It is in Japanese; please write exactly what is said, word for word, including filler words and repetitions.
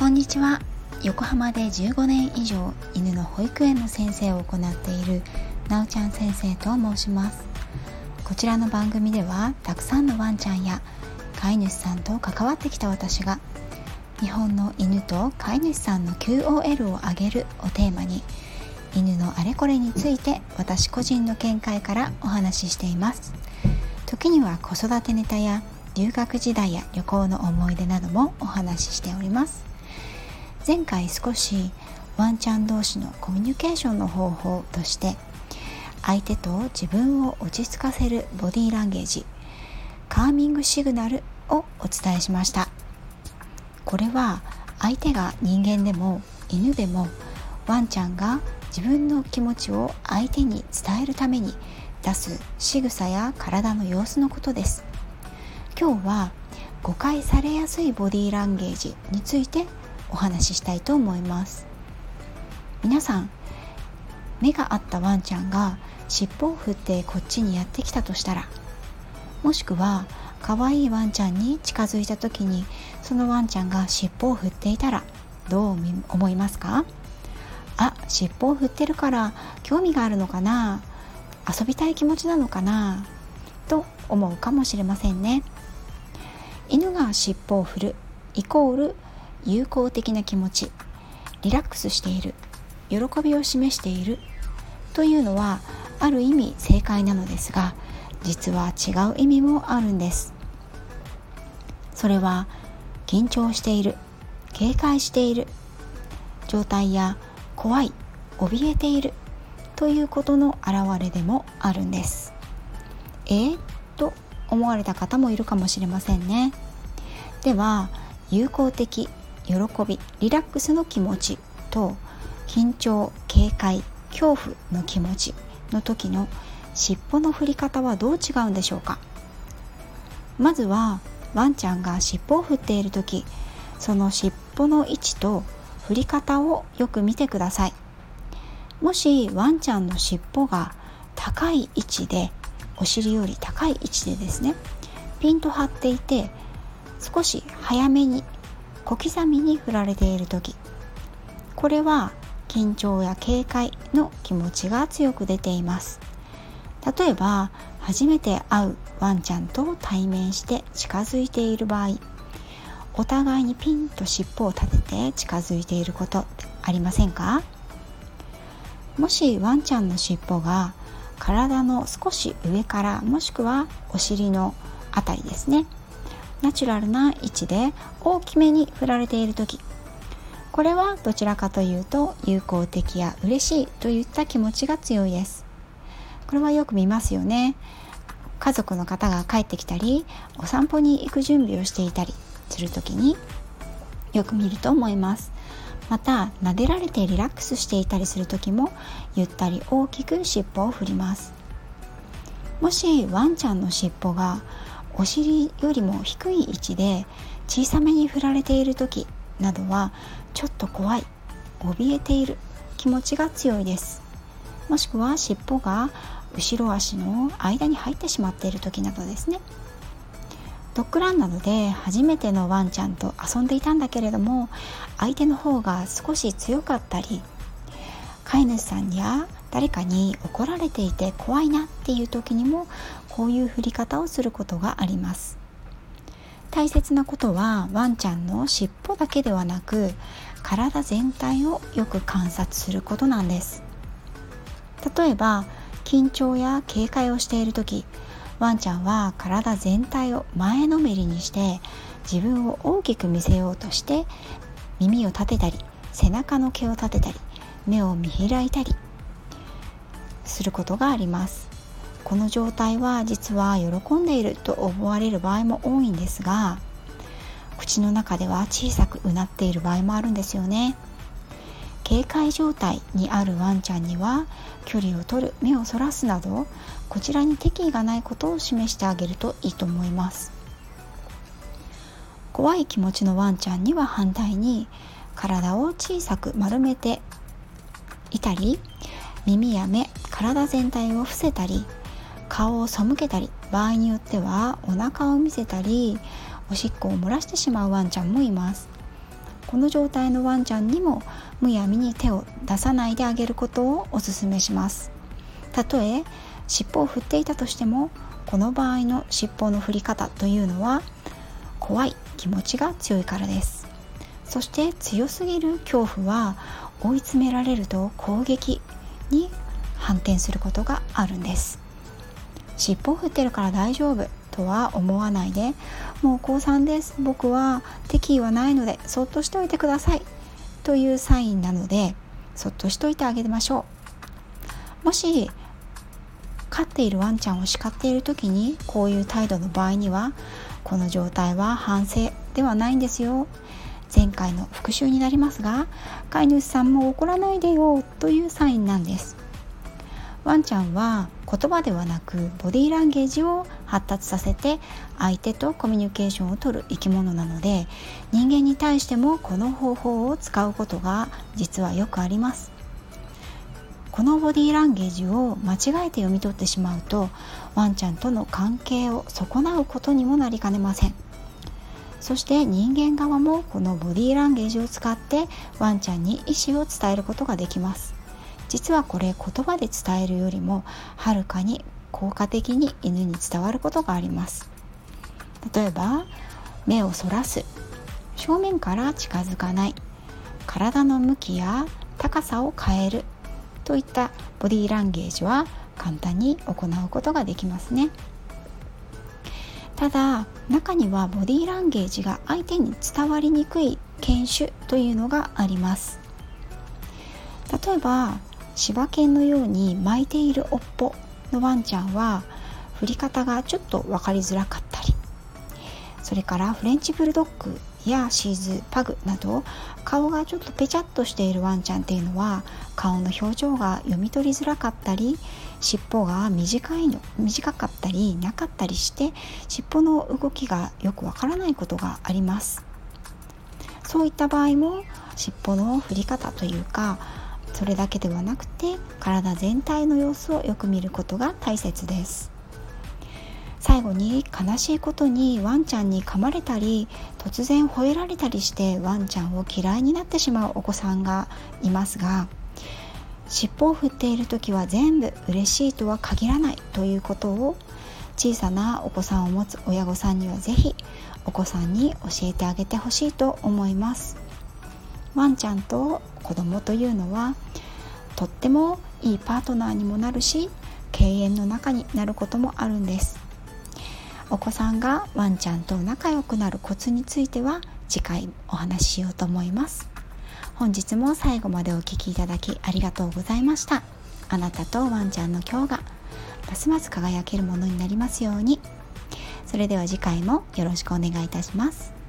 こんにちは。横浜でじゅうごねん以上犬の保育園の先生を行っているなおちゃん先生と申します。こちらの番組ではたくさんのワンちゃんや飼い主さんと関わってきた私が日本の犬と飼い主さんの キューオーエル を上げるをテーマに犬のあれこれについて私個人の見解からお話ししています。時には子育てネタや留学時代や旅行の思い出などもお話ししております。前回少しワンちゃん同士のコミュニケーションの方法として相手と自分を落ち着かせるボディーランゲージ、カーミングシグナルをお伝えしました。これは相手が人間でも犬でもワンちゃんが自分の気持ちを相手に伝えるために出す仕草や体の様子のことです。今日は誤解されやすいボディーランゲージについてお話ししたいと思います。皆さん、目が合ったワンちゃんが尻尾を振ってこっちにやってきたとしたら、もしくは可愛いワンちゃんに近づいた時にそのワンちゃんが尻尾を振っていたらどう思いますか？あ、尻尾を振ってるから興味があるのかな、遊びたい気持ちなのかなと思うかもしれませんね。犬が尻尾を振るイコール友好的な気持ち、リラックスしている、喜びを示しているというのはある意味正解なのですが、実は違う意味もあるんです。それは緊張している、警戒している状態や怖い、怯えているということの表れでもあるんです。えー、と思われた方もいるかもしれませんね。では、友好的、喜び、リラックスの気持ちと緊張、警戒、恐怖の気持ちの時の尻尾の振り方はどう違うんでしょうか。まずはワンちゃんが尻尾を振っている時、その尻尾の位置と振り方をよく見てください。もしワンちゃんの尻尾が高い位置で、お尻より高い位置でですね、ピンと張っていて少し早めに小刻みに振られている時、これは緊張や警戒の気持ちが強く出ています。例えば初めて会うワンちゃんと対面して近づいている場合、お互いにピンと尻尾を立てて近づいていることってありませんか？もしワンちゃんの尻尾が体の少し上から、もしくはお尻のあたりですね、ナチュラルな位置で大きめに振られている時、これはどちらかというと友好的や嬉しいといった気持ちが強いです。これはよく見ますよね。家族の方が帰ってきたり、お散歩に行く準備をしていたりする時によく見ると思います。また、撫でられてリラックスしていたりする時もゆったり大きく尻尾を振ります。もしワンちゃんの尻尾がお尻よりも低い位置で小さめに振られている時などは、ちょっと怖い、怯えている気持ちが強いです。もしくは尻尾が後ろ足の間に入ってしまっている時などですね。ドッグランなどで初めてのワンちゃんと遊んでいたんだけれども、相手の方が少し強かったり、飼い主さんや誰かに怒られていて怖いなっていう時にもこういう振り方をすることがあります。大切なことはワンちゃんの尻尾だけではなく、体全体をよく観察することなんです。例えば緊張や警戒をしている時、ワンちゃんは体全体を前のめりにして自分を大きく見せようとして耳を立てたり、背中の毛を立てたり、目を見開いたりすることがあります。この状態は実は喜んでいると思われる場合も多いんですが、口の中では小さくうなっている場合もあるんですよね。警戒状態にあるワンちゃんには距離を取る、目をそらすなど、こちらに敵意がないことを示してあげるといいと思います。怖い気持ちのワンちゃんには反対に体を小さく丸めていたり、耳や目、体全体を伏せたり、顔を背けたり、場合によってはお腹を見せたり、おしっこを漏らしてしまうワンちゃんもいます。 この状態のワンちゃんにもむやみに手を出さないであげることをお勧めします。たとえ尻尾を振っていたとしても、この場合の尻尾の振り方というのは怖い気持ちが強いからです。そして強すぎる恐怖は追い詰められると攻撃に反転することがあるんです。尻尾を振ってるから大丈夫とは思わないで、もう高さんです、僕は敵意はないのでそっとしておいてくださいというサインなので、そっとしておいてあげましょう。もし飼っているワンちゃんを叱っている時にこういう態度の場合には、この状態は反省ではないんですよ、前回の復習になりますが、飼い主さんも怒らないでよというサインなんです。ワンちゃんは言葉ではなくボディーランゲージを発達させて相手とコミュニケーションを取る生き物なので、人間に対してもこの方法を使うことが実はよくあります。このボディーランゲージを間違えて読み取ってしまうと、ワンちゃんとの関係を損なうことにもなりかねません。そして人間側もこのボディーランゲージを使ってワンちゃんに意思を伝えることができます。実はこれ言葉で伝えるよりもはるかに効果的に犬に伝わることがあります。例えば目をそらす、正面から近づかない、体の向きや高さを変えるといったボディーランゲージは簡単に行うことができますね。ただ中にはボディーランゲージが相手に伝わりにくい犬種というのがあります。例えば柴犬のように巻いている尾っぽのワンちゃんは振り方がちょっと分かりづらかったり、それからフレンチブルドッグやシーズパグなど顔がちょっとペチャッとしているワンちゃんっていうのは顔の表情が読み取りづらかったり、尻尾が短いの短かったりなかったりして尻尾の動きがよくわからないことがあります。そういった場合も尻尾の振り方というか、それだけではなくて体全体の様子をよく見ることが大切です。最後に悲しいことにワンちゃんに噛まれたり突然吠えられたりしてワンちゃんを嫌いになってしまうお子さんがいますが、尻尾を振っている時は全部嬉しいとは限らないということを小さなお子さんを持つ親御さんにはぜひお子さんに教えてあげてほしいと思います。ワンちゃんと子供というのはとってもいいパートナーにもなるし、敬遠の中になることもあるんです。お子さんがワンちゃんと仲良くなるコツについては次回お話ししようと思います。本日も最後までお聞きいただきありがとうございました。あなたとワンちゃんの今日がますます輝けるものになりますように。それでは次回もよろしくお願いいたします。